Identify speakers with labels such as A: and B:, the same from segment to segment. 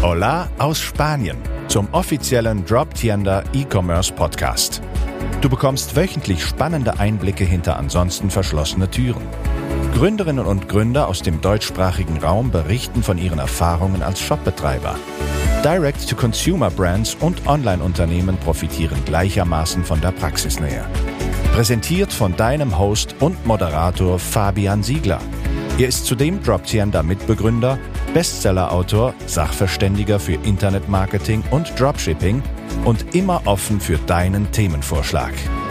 A: Hola aus Spanien zum offiziellen Droptiender E-Commerce Podcast. Du bekommst wöchentlich spannende Einblicke hinter ansonsten verschlossene Türen. Gründerinnen und Gründer aus dem deutschsprachigen Raum berichten von ihren Erfahrungen als Shopbetreiber. Direct-to-Consumer-Brands und Online-Unternehmen profitieren gleichermaßen von der Praxisnähe. Präsentiert von deinem Host und Moderator Fabian Siegler. Er ist zudem Droptiender Mitbegründer, Bestsellerautor, Sachverständiger für Internetmarketing und Dropshipping und immer offen für deinen Themenvorschlag.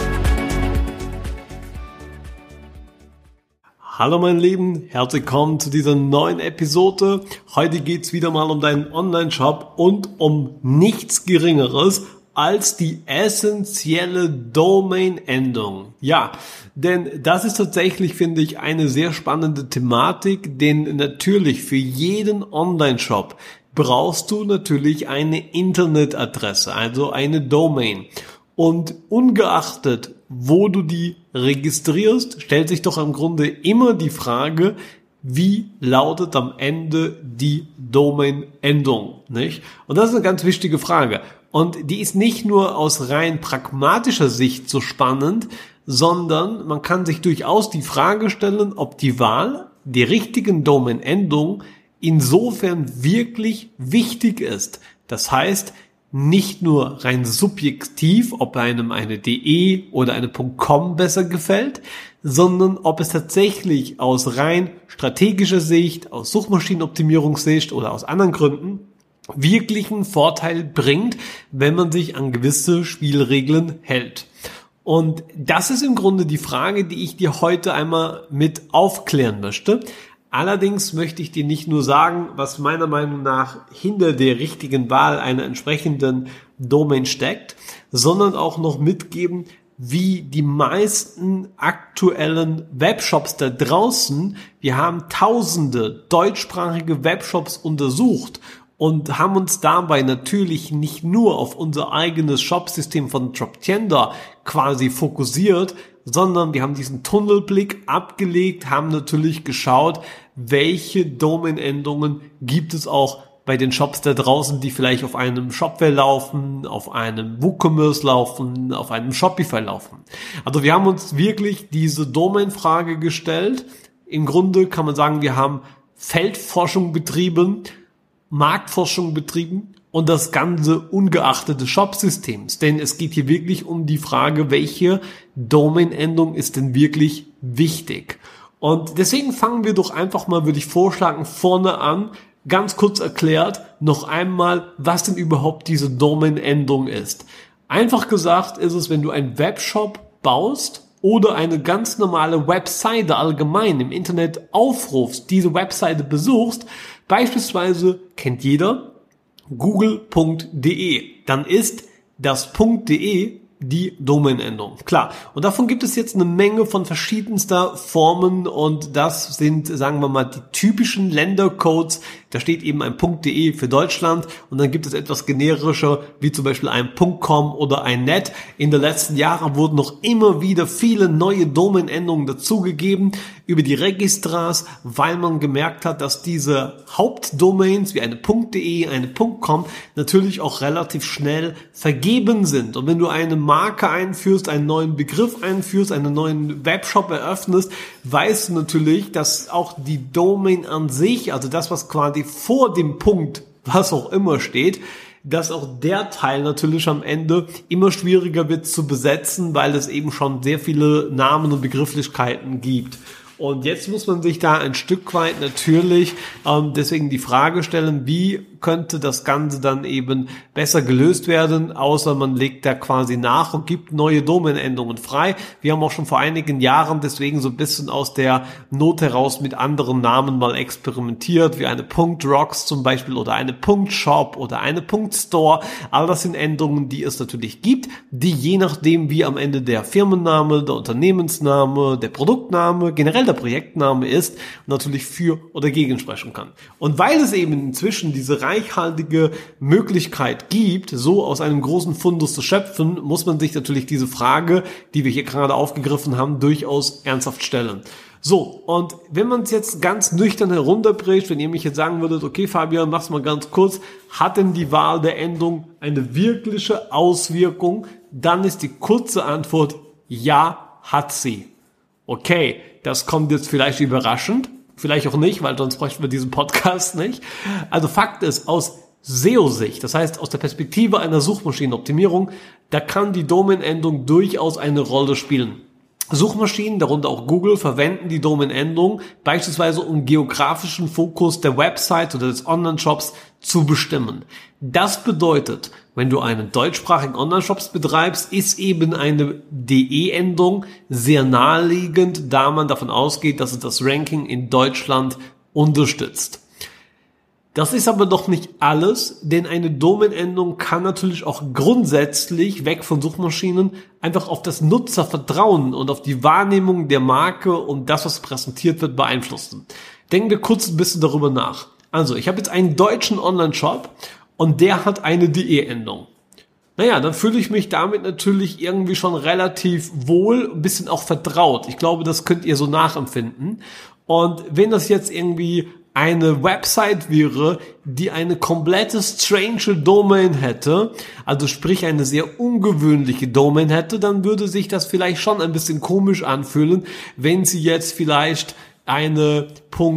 B: Hallo mein Lieben, herzlich willkommen zu dieser neuen Episode. Heute geht's wieder mal um deinen Online-Shop und um nichts Geringeres als die essentielle Domain-Endung. Ja, denn das ist tatsächlich, finde ich, eine sehr spannende Thematik, denn natürlich für jeden Online-Shop brauchst du natürlich eine Internetadresse, also eine Domain. Und ungeachtet, wo du die registrierst, stellt sich doch im Grunde immer die Frage, wie lautet am Ende die Domain-Endung, nicht? Und das ist eine ganz wichtige Frage. Und die ist nicht nur aus rein pragmatischer Sicht so spannend, sondern man kann sich durchaus die Frage stellen, ob die Wahl der richtigen Domain-Endung insofern wirklich wichtig ist. Das heißt, nicht nur rein subjektiv, ob einem eine .de oder eine .com besser gefällt, sondern ob es tatsächlich aus rein strategischer Sicht, aus Suchmaschinenoptimierungssicht oder aus anderen Gründen wirklichen Vorteil bringt, wenn man sich an gewisse Spielregeln hält. Und das ist im Grunde die Frage, die ich dir heute einmal mit aufklären möchte. Allerdings möchte ich dir nicht nur sagen, was meiner Meinung nach hinter der richtigen Wahl einer entsprechenden Domain steckt, sondern auch noch mitgeben, wie die meisten aktuellen Webshops da draußen, wir haben tausende deutschsprachige Webshops untersucht und haben uns dabei natürlich nicht nur auf unser eigenes Shopsystem von Droptiender quasi fokussiert, sondern wir haben diesen Tunnelblick abgelegt, haben natürlich geschaut, welche Domain-Endungen gibt es auch bei den Shops da draußen, die vielleicht auf einem Shopware laufen, auf einem WooCommerce laufen, auf einem Shopify laufen. Also wir haben uns wirklich diese Domain-Frage gestellt. Im Grunde kann man sagen, wir haben Feldforschung betrieben, Marktforschung betrieben und das Ganze ungeachtet des Shopsystems. Denn es geht hier wirklich um die Frage, welche Domain-Endung ist denn wirklich wichtig. Und deswegen fangen wir doch einfach mal, würde ich vorschlagen, vorne an, ganz kurz erklärt, noch einmal, was denn überhaupt diese Domain-Endung ist. Einfach gesagt ist es, wenn du einen Webshop baust oder eine ganz normale Webseite allgemein im Internet aufrufst, diese Webseite besuchst, beispielsweise kennt jeder google.de, dann ist das .de die Domain-Endung. Klar. Und davon gibt es jetzt eine Menge von verschiedenster Formen und das sind, sagen wir mal, die typischen Ländercodes. Da steht eben ein .de für Deutschland und dann gibt es etwas generischer, wie zum Beispiel ein .com oder ein .net. In den letzten Jahren wurden noch immer wieder viele neue Domain-Endungen dazugegeben über die Registrars, weil man gemerkt hat, dass diese Hauptdomains wie eine .de, eine .com natürlich auch relativ schnell vergeben sind. Und wenn du eine Marke einführst, einen neuen Begriff einführst, einen neuen Webshop eröffnest, weißt du natürlich, dass auch die Domain an sich, also das, was quasi vor dem Punkt, was auch immer steht, dass auch der Teil natürlich am Ende immer schwieriger wird zu besetzen, weil es eben schon sehr viele Namen und Begrifflichkeiten gibt. Und jetzt muss man sich da ein Stück weit natürlich deswegen die Frage stellen, wie könnte das Ganze dann eben besser gelöst werden, außer man legt da quasi nach und gibt neue Domain-Endungen frei. Wir haben auch schon vor einigen Jahren deswegen so ein bisschen aus der Not heraus mit anderen Namen mal experimentiert, wie eine .rocks zum Beispiel oder eine .shop oder eine .store. All das sind Endungen, die es natürlich gibt, die je nachdem, wie am Ende der Firmenname, der Unternehmensname, der Produktname, generell der Projektname ist, natürlich für oder gegen sprechen kann. Und weil es eben inzwischen diese reichhaltige Möglichkeit gibt, so aus einem großen Fundus zu schöpfen, muss man sich natürlich diese Frage, die wir hier gerade aufgegriffen haben, durchaus ernsthaft stellen. So, und wenn man es jetzt ganz nüchtern herunterbricht, wenn ihr mich jetzt sagen würdet, okay Fabian, mach's mal ganz kurz, hat denn die Wahl der Endung eine wirkliche Auswirkung? Dann ist die kurze Antwort, ja, hat sie. Okay, das kommt jetzt vielleicht überraschend, vielleicht auch nicht, weil sonst bräuchten wir diesen Podcast nicht. Also Fakt ist, aus SEO-Sicht, das heißt aus der Perspektive einer Suchmaschinenoptimierung, da kann die Domain-Endung durchaus eine Rolle spielen. Suchmaschinen, darunter auch Google, verwenden die Domain-Endung beispielsweise, um geografischen Fokus der Website oder des Online-Shops zu bestimmen. Das bedeutet, wenn du einen deutschsprachigen Online-Shop betreibst, ist eben eine DE-Endung sehr naheliegend, da man davon ausgeht, dass es das Ranking in Deutschland unterstützt. Das ist aber doch nicht alles, denn eine Domain-Endung kann natürlich auch grundsätzlich, weg von Suchmaschinen, einfach auf das Nutzervertrauen und auf die Wahrnehmung der Marke und das, was präsentiert wird, beeinflussen. Denken wir kurz ein bisschen darüber nach. Also, ich habe jetzt einen deutschen Online-Shop und der hat eine DE-Endung. Naja, dann fühle ich mich damit natürlich irgendwie schon relativ wohl, ein bisschen auch vertraut. Ich glaube, das könnt ihr so nachempfinden. Und wenn das jetzt irgendwie eine Website wäre, die eine komplette strange Domain hätte, also sprich eine sehr ungewöhnliche Domain hätte, dann würde sich das vielleicht schon ein bisschen komisch anfühlen, wenn sie jetzt vielleicht eine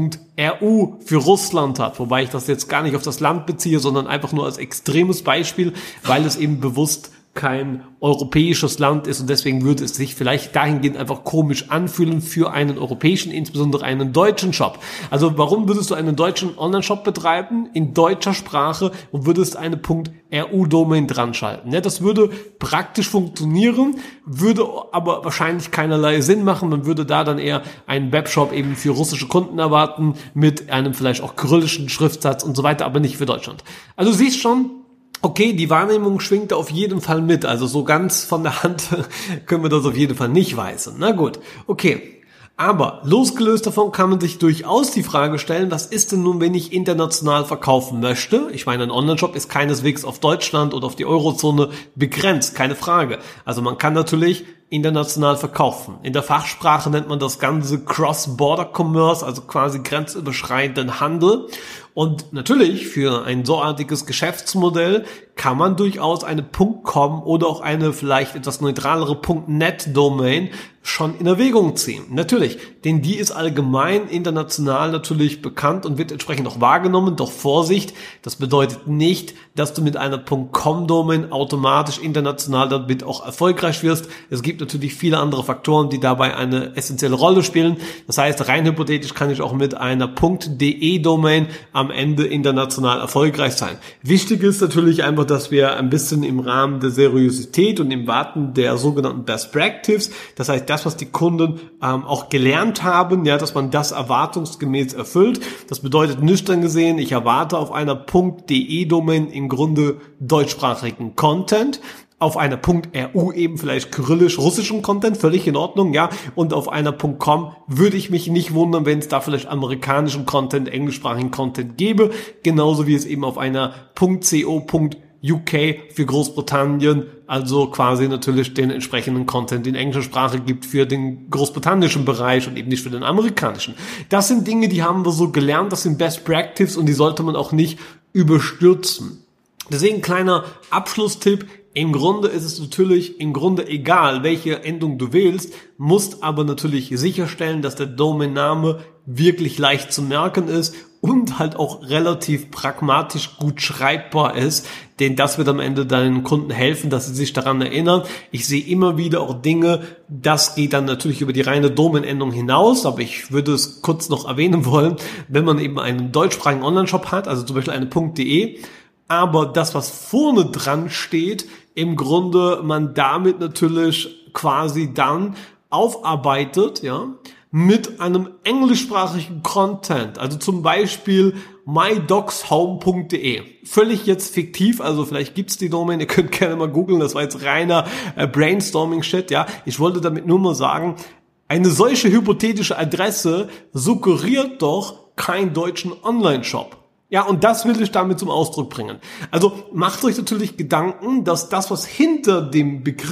B: .ru für Russland hat, wobei ich das jetzt gar nicht auf das Land beziehe, sondern einfach nur als extremes Beispiel, weil es eben bewusst kein europäisches Land ist und deswegen würde es sich vielleicht dahingehend einfach komisch anfühlen für einen europäischen, insbesondere einen deutschen Shop. Also warum würdest du einen deutschen Online-Shop betreiben in deutscher Sprache und würdest eine .ru-Domain dran schalten? Ja, das würde praktisch funktionieren, würde aber wahrscheinlich keinerlei Sinn machen. Man würde da dann eher einen Webshop eben für russische Kunden erwarten mit einem vielleicht auch kyrillischen Schriftsatz und so weiter, aber nicht für Deutschland. Also du siehst schon, okay, die Wahrnehmung schwingt da auf jeden Fall mit, also so ganz von der Hand können wir das auf jeden Fall nicht weisen. Na gut, okay. Aber losgelöst davon kann man sich durchaus die Frage stellen, was ist denn nun, wenn ich international verkaufen möchte? Ich meine, ein Online-Shop ist keineswegs auf Deutschland oder auf die Eurozone begrenzt, keine Frage. Also man kann natürlich international verkaufen. In der Fachsprache nennt man das Ganze Cross-Border-Commerce, also quasi grenzüberschreitenden Handel. Und natürlich für ein soartiges Geschäftsmodell kann man durchaus eine .com oder auch eine vielleicht etwas neutralere .net-Domain schon in Erwägung ziehen. Natürlich, denn die ist allgemein international natürlich bekannt und wird entsprechend auch wahrgenommen. Doch Vorsicht, das bedeutet nicht, dass du mit einer .com-Domain automatisch international damit auch erfolgreich wirst. Es gibt natürlich viele andere Faktoren, die dabei eine essentielle Rolle spielen. Das heißt, rein hypothetisch kann ich auch mit einer .de-Domain am Ende international erfolgreich sein. Wichtig ist natürlich einfach, dass wir ein bisschen im Rahmen der Seriosität und im Warten der sogenannten Best Practice, das heißt das, was die Kunden auch gelernt haben, ja, dass man das erwartungsgemäß erfüllt. Das bedeutet nüchtern gesehen, ich erwarte auf einer .de-Domain im Grunde deutschsprachigen Content, auf einer .ru eben vielleicht kyrillisch-russischen Content, völlig in Ordnung, ja, und auf einer .com würde ich mich nicht wundern, wenn es da vielleicht amerikanischen Content, englischsprachigen Content gäbe, genauso wie es eben auf einer .co.uk für Großbritannien, also quasi natürlich den entsprechenden Content in englischer Sprache gibt für den großbritannischen Bereich und eben nicht für den amerikanischen. Das sind Dinge, die haben wir so gelernt, das sind Best Practice und die sollte man auch nicht überstürzen. Deswegen kleiner Abschlusstipp: Im Grunde ist es natürlich egal, welche Endung du wählst, musst aber natürlich sicherstellen, dass der Domainname wirklich leicht zu merken ist und halt auch relativ pragmatisch gut schreibbar ist, denn das wird am Ende deinen Kunden helfen, dass sie sich daran erinnern. Ich sehe immer wieder auch Dinge, das geht dann natürlich über die reine Domain-Endung hinaus, aber ich würde es kurz noch erwähnen wollen, wenn man eben einen deutschsprachigen Online-Shop hat, also zum Beispiel eine .de, aber das, was vorne dran steht, im Grunde man damit natürlich quasi dann aufarbeitet, ja, mit einem englischsprachigen Content, also zum Beispiel mydoxhome.de. Völlig jetzt fiktiv, also vielleicht gibt's die Domain, ihr könnt gerne mal googeln, das war jetzt reiner Brainstorming-Shit, ja. Ich wollte damit nur mal sagen, eine solche hypothetische Adresse suggeriert doch keinen deutschen Online-Shop. Ja, und das will ich damit zum Ausdruck bringen. Also macht euch natürlich Gedanken, dass das, was hinter dem Begriff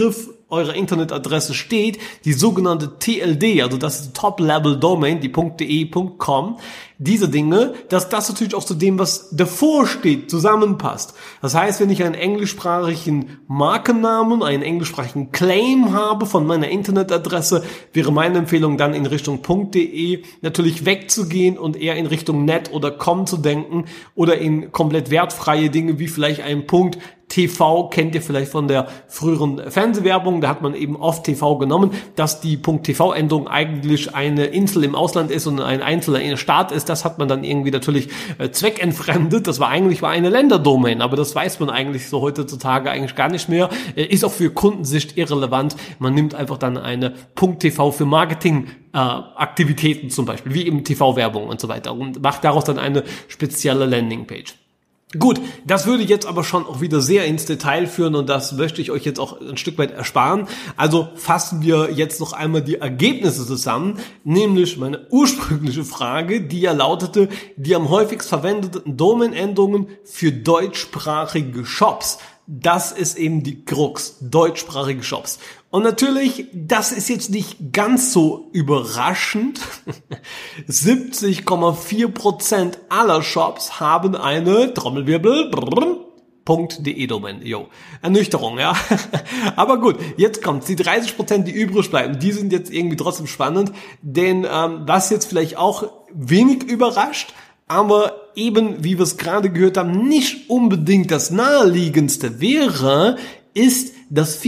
B: eurer Internetadresse steht, die sogenannte TLD, also das ist Top-Level-Domain, die .de, .com, diese Dinge, dass das natürlich auch zu dem, was davor steht, zusammenpasst. Das heißt, wenn ich einen englischsprachigen Markennamen, einen englischsprachigen Claim habe von meiner Internetadresse, wäre meine Empfehlung dann in Richtung .de natürlich wegzugehen und eher in Richtung .net oder .com zu denken oder in komplett wertfreie Dinge wie vielleicht ein .tv, kennt ihr vielleicht von der früheren Fernsehwerbung, da hat man eben oft TV genommen, dass die .tv-Endung eigentlich eine Insel im Ausland ist und ein einzelner Staat ist, das hat man dann irgendwie natürlich zweckentfremdet, das war eigentlich eine Länderdomain, aber das weiß man eigentlich so heutzutage eigentlich gar nicht mehr, ist auch für Kundensicht irrelevant, man nimmt einfach dann eine .tv für Marketing Aktivitäten zum Beispiel, wie eben TV-Werbung und so weiter und macht daraus dann eine spezielle Landingpage. Gut, das würde jetzt aber schon auch wieder sehr ins Detail führen und das möchte ich euch jetzt auch ein Stück weit ersparen. Also fassen wir jetzt noch einmal die Ergebnisse zusammen, nämlich meine ursprüngliche Frage, die ja lautete, die am häufigst verwendeten Domain-Endungen für deutschsprachige Shops. Das ist eben die Krux, deutschsprachige Shops. Und natürlich, das ist jetzt nicht ganz so überraschend. 70,4% aller Shops haben eine, Trommelwirbel, .de-Domain. Ernüchterung, ja. Aber gut, jetzt kommt's. Die 30%, die übrig bleiben, die sind jetzt irgendwie trotzdem spannend. Denn was jetzt vielleicht auch wenig überrascht, aber eben, wie wir es gerade gehört haben, nicht unbedingt das naheliegendste wäre, ist, dass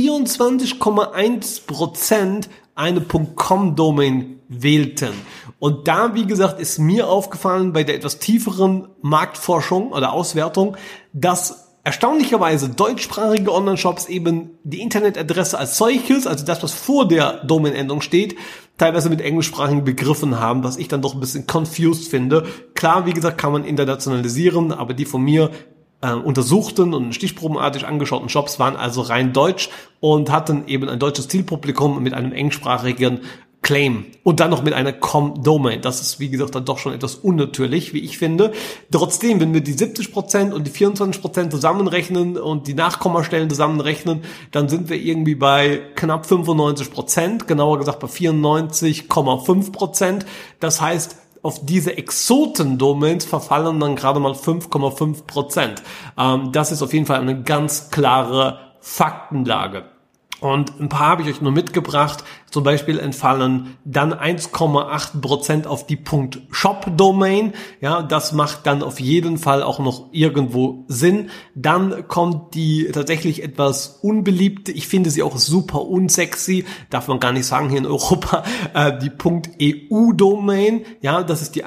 B: 24,1% eine .com-Domain wählten. Und da, wie gesagt, ist mir aufgefallen bei der etwas tieferen Marktforschung oder Auswertung, dass erstaunlicherweise deutschsprachige Online-Shops eben die Internetadresse als solches, also das, was vor der Domain-Endung steht, teilweise mit englischsprachigen Begriffen haben, was ich dann doch ein bisschen confused finde. Klar, wie gesagt, kann man internationalisieren, aber die von mir untersuchten und stichprobenartig angeschauten Shops waren also rein deutsch und hatten eben ein deutsches Zielpublikum mit einem englischsprachigen Claim und dann noch mit einer Com-Domain. Das ist, wie gesagt, dann doch schon etwas unnatürlich, wie ich finde. Trotzdem, wenn wir die 70% und die 24% zusammenrechnen und die Nachkommastellen zusammenrechnen, dann sind wir irgendwie bei knapp 95%, genauer gesagt bei 94,5%. Das heißt, auf diese Exoten-Domains verfallen dann gerade mal 5,5%. Das ist auf jeden Fall eine ganz klare Faktenlage. Und ein paar habe ich euch nur mitgebracht. Zum Beispiel entfallen dann 1,8% auf die .shop-Domain. Ja, das macht dann auf jeden Fall auch noch irgendwo Sinn. Dann kommt die tatsächlich etwas unbeliebte, ich finde sie auch super unsexy, darf man gar nicht sagen hier in Europa, die .eu-Domain. Ja, das ist die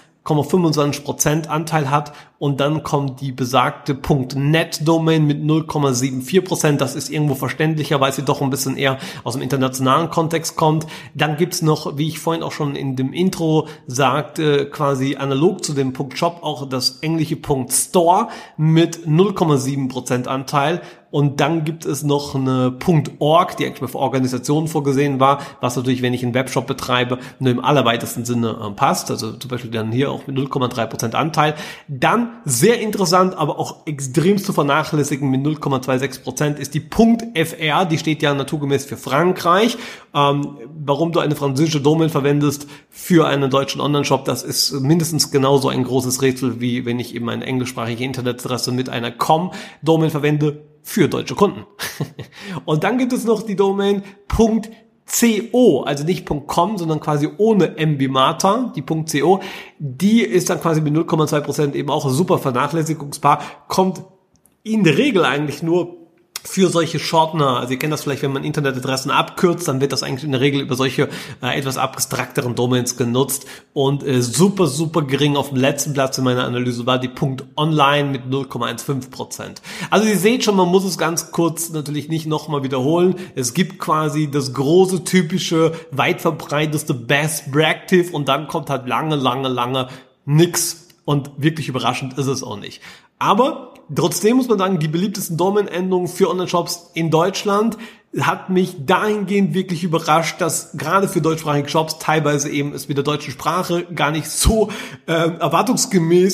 B: 1,25% Anteil hat und dann kommt die besagte .net-Domain mit 0,74%. Das ist irgendwo verständlicher, weil sie doch ein bisschen eher aus dem internationalen Kontext kommt. Dann gibt's noch, wie ich vorhin auch schon in dem Intro sagte, quasi analog zu dem .shop auch das englische .store mit 0,7% Anteil. Und dann gibt es noch eine .org, die eigentlich mal für Organisationen vorgesehen war, was natürlich, wenn ich einen Webshop betreibe, nur im allerweitesten Sinne passt. Also zum Beispiel dann hier auch mit 0,3% Anteil. Dann sehr interessant, aber auch extrem zu vernachlässigen mit 0,26% ist die .fr, die steht ja naturgemäß für Frankreich. Warum du eine französische Domain verwendest für einen deutschen Online-Shop, das ist mindestens genauso ein großes Rätsel, wie wenn ich eben eine englischsprachige Internetadresse mit einer .com-Domain verwende für deutsche Kunden. Und dann gibt es noch die Domain .co, also nicht .com, sondern quasi ohne mbimata, die .co, die ist dann quasi mit 0,2% eben auch super vernachlässigungsbar, kommt in der Regel eigentlich nur für solche Shortener, also ihr kennt das vielleicht, wenn man Internetadressen abkürzt, dann wird das eigentlich in der Regel über solche etwas abstrakteren Domains genutzt und super, super gering auf dem letzten Platz in meiner Analyse war die .online mit 0,15%. Also ihr seht schon, man muss es ganz kurz natürlich nicht nochmal wiederholen. Es gibt quasi das große, typische, weit verbreiteste Best Practice und dann kommt halt lange nix und wirklich überraschend ist es auch nicht. Aber trotzdem muss man sagen, die beliebtesten Domain-Endungen für Online-Shops in Deutschland hat mich dahingehend wirklich überrascht, dass gerade für deutschsprachige Shops teilweise eben es mit der deutschen Sprache gar nicht so erwartungsgemäß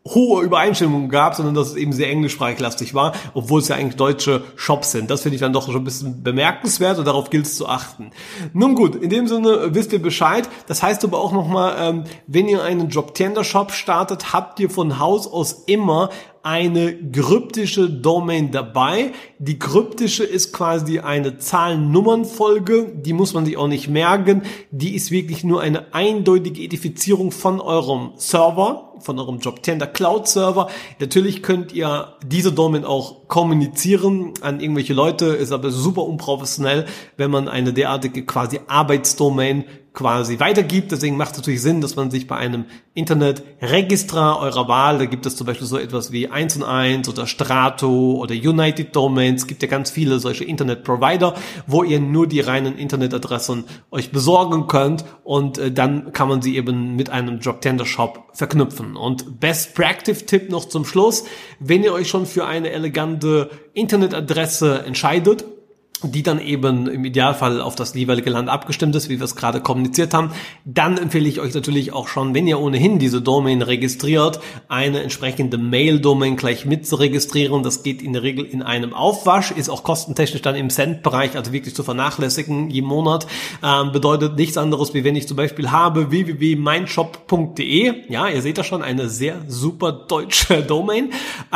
B: hohe Übereinstimmung gab, sondern dass es eben sehr englischsprachig war, obwohl es ja eigentlich deutsche Shops sind. Das finde ich dann doch schon ein bisschen bemerkenswert und darauf gilt es zu achten. Nun gut, in dem Sinne wisst ihr Bescheid. Das heißt aber auch nochmal, wenn ihr einen Jobtender-Shop startet, habt ihr von Haus aus immer eine kryptische Domain dabei. Die kryptische ist quasi eine Zahlen-Nummern-Folge, die muss man sich auch nicht merken. Die ist wirklich nur eine eindeutige Identifizierung von eurem Server, von eurem Jobtender Cloud Server. Natürlich könnt ihr diese Domain auch kommunizieren an irgendwelche Leute, ist aber super unprofessionell, wenn man eine derartige quasi Arbeitsdomain quasi weitergibt. Deswegen macht es natürlich Sinn, dass man sich bei einem Internetregistrar eurer Wahl, da gibt es zum Beispiel so etwas wie 1&1 oder Strato oder United Domains, es gibt ja ganz viele solche Internetprovider, wo ihr nur die reinen Internetadressen euch besorgen könnt und dann kann man sie eben mit einem Jobtender-Shop verknüpfen. Und Best Practice-Tipp noch zum Schluss, wenn ihr euch schon für eine elegante Internetadresse entscheidet, die dann eben im Idealfall auf das jeweilige Land abgestimmt ist, wie wir es gerade kommuniziert haben, dann empfehle ich euch natürlich auch schon, wenn ihr ohnehin diese Domain registriert, eine entsprechende Mail-Domain gleich mit zu registrieren. Das geht in der Regel in einem Aufwasch, ist auch kostentechnisch dann im Cent-Bereich, also wirklich zu vernachlässigen jeden Monat. Bedeutet nichts anderes, wie wenn ich zum Beispiel habe www.meinshop.de, ja, ihr seht das schon, eine sehr super deutsche Domain,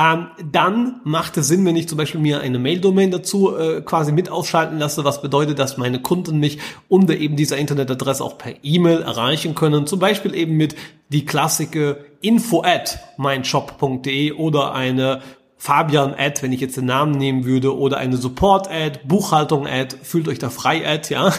B: dann macht es Sinn, wenn ich zum Beispiel mir eine Mail-Domain dazu quasi mit aufschalten lasse, was bedeutet, dass meine Kunden mich unter eben dieser Internetadresse auch per E-Mail erreichen können, zum Beispiel eben mit die klassische info@meinshop.de oder eine Fabian-Ad, wenn ich jetzt den Namen nehmen würde, oder eine Support-Ad, Buchhaltung-Ad, fühlt euch da frei-Ad, ja.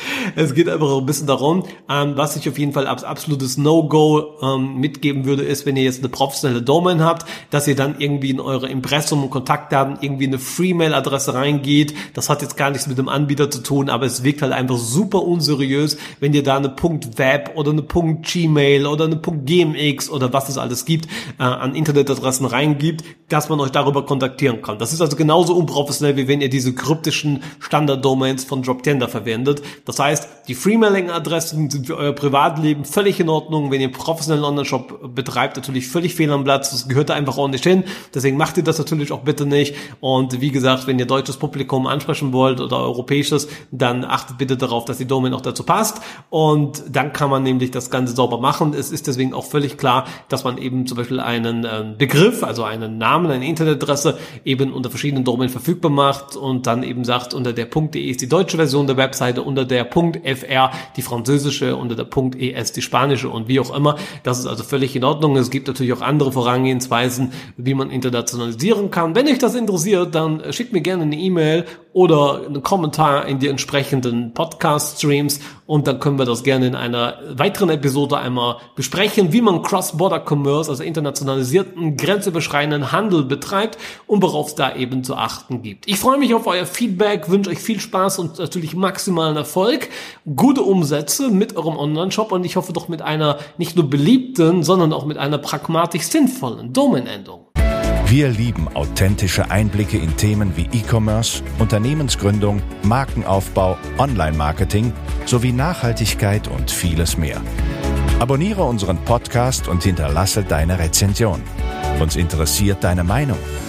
B: Es geht einfach ein bisschen darum, was ich auf jeden Fall als absolutes No-Go mitgeben würde, ist, wenn ihr jetzt eine professionelle Domain habt, dass ihr dann irgendwie in eure Impressum und Kontaktdaten irgendwie eine Free-Mail-Adresse reingeht. Das hat jetzt gar nichts mit dem Anbieter zu tun, aber es wirkt halt einfach super unseriös, wenn ihr da eine .web oder eine .gmail oder eine .gmx oder was es alles gibt, an Internetadressen reingibt, dass man euch darüber kontaktieren kann. Das ist also genauso unprofessionell, wie wenn ihr diese kryptischen Standard-Domains von Jobtender verwendet. Das heißt, die Free-Mailing-Adressen sind für euer Privatleben völlig in Ordnung. Wenn ihr einen professionellen Online-Shop betreibt, natürlich völlig fehl am Platz. Das gehört da einfach ordentlich hin. Deswegen macht ihr das natürlich auch bitte nicht. Und wie gesagt, wenn ihr deutsches Publikum ansprechen wollt oder europäisches, dann achtet bitte darauf, dass die Domain auch dazu passt. Und dann kann man nämlich das Ganze sauber machen. Es ist deswegen auch völlig klar, dass man eben zum Beispiel einen Begriff, also einen Namen, eine Internetadresse eben unter verschiedenen Domains verfügbar macht und dann eben sagt, unter der .de ist die deutsche Version der Webseite, unter der .fr die französische, unter der .es die spanische und wie auch immer. Das ist also völlig in Ordnung. Es gibt natürlich auch andere Vorangehensweisen, wie man internationalisieren kann. Wenn euch das interessiert, dann schickt mir gerne eine E-Mail oder einen Kommentar in die entsprechenden Podcast-Streams und dann können wir das gerne in einer weiteren Episode einmal besprechen, wie man Cross-Border-Commerce, also internationalisierten, grenzüberschreitenden Handel betreibt und worauf es da eben zu achten gibt. Ich freue mich auf euer Feedback, wünsche euch viel Spaß und natürlich maximalen Erfolg, gute Umsätze mit eurem Online-Shop und ich hoffe doch mit einer nicht nur beliebten, sondern auch mit einer pragmatisch sinnvollen Domain-Endung.
A: Wir lieben authentische Einblicke in Themen wie E-Commerce, Unternehmensgründung, Markenaufbau, Online-Marketing sowie Nachhaltigkeit und vieles mehr. Abonniere unseren Podcast und hinterlasse deine Rezension. Uns interessiert deine Meinung.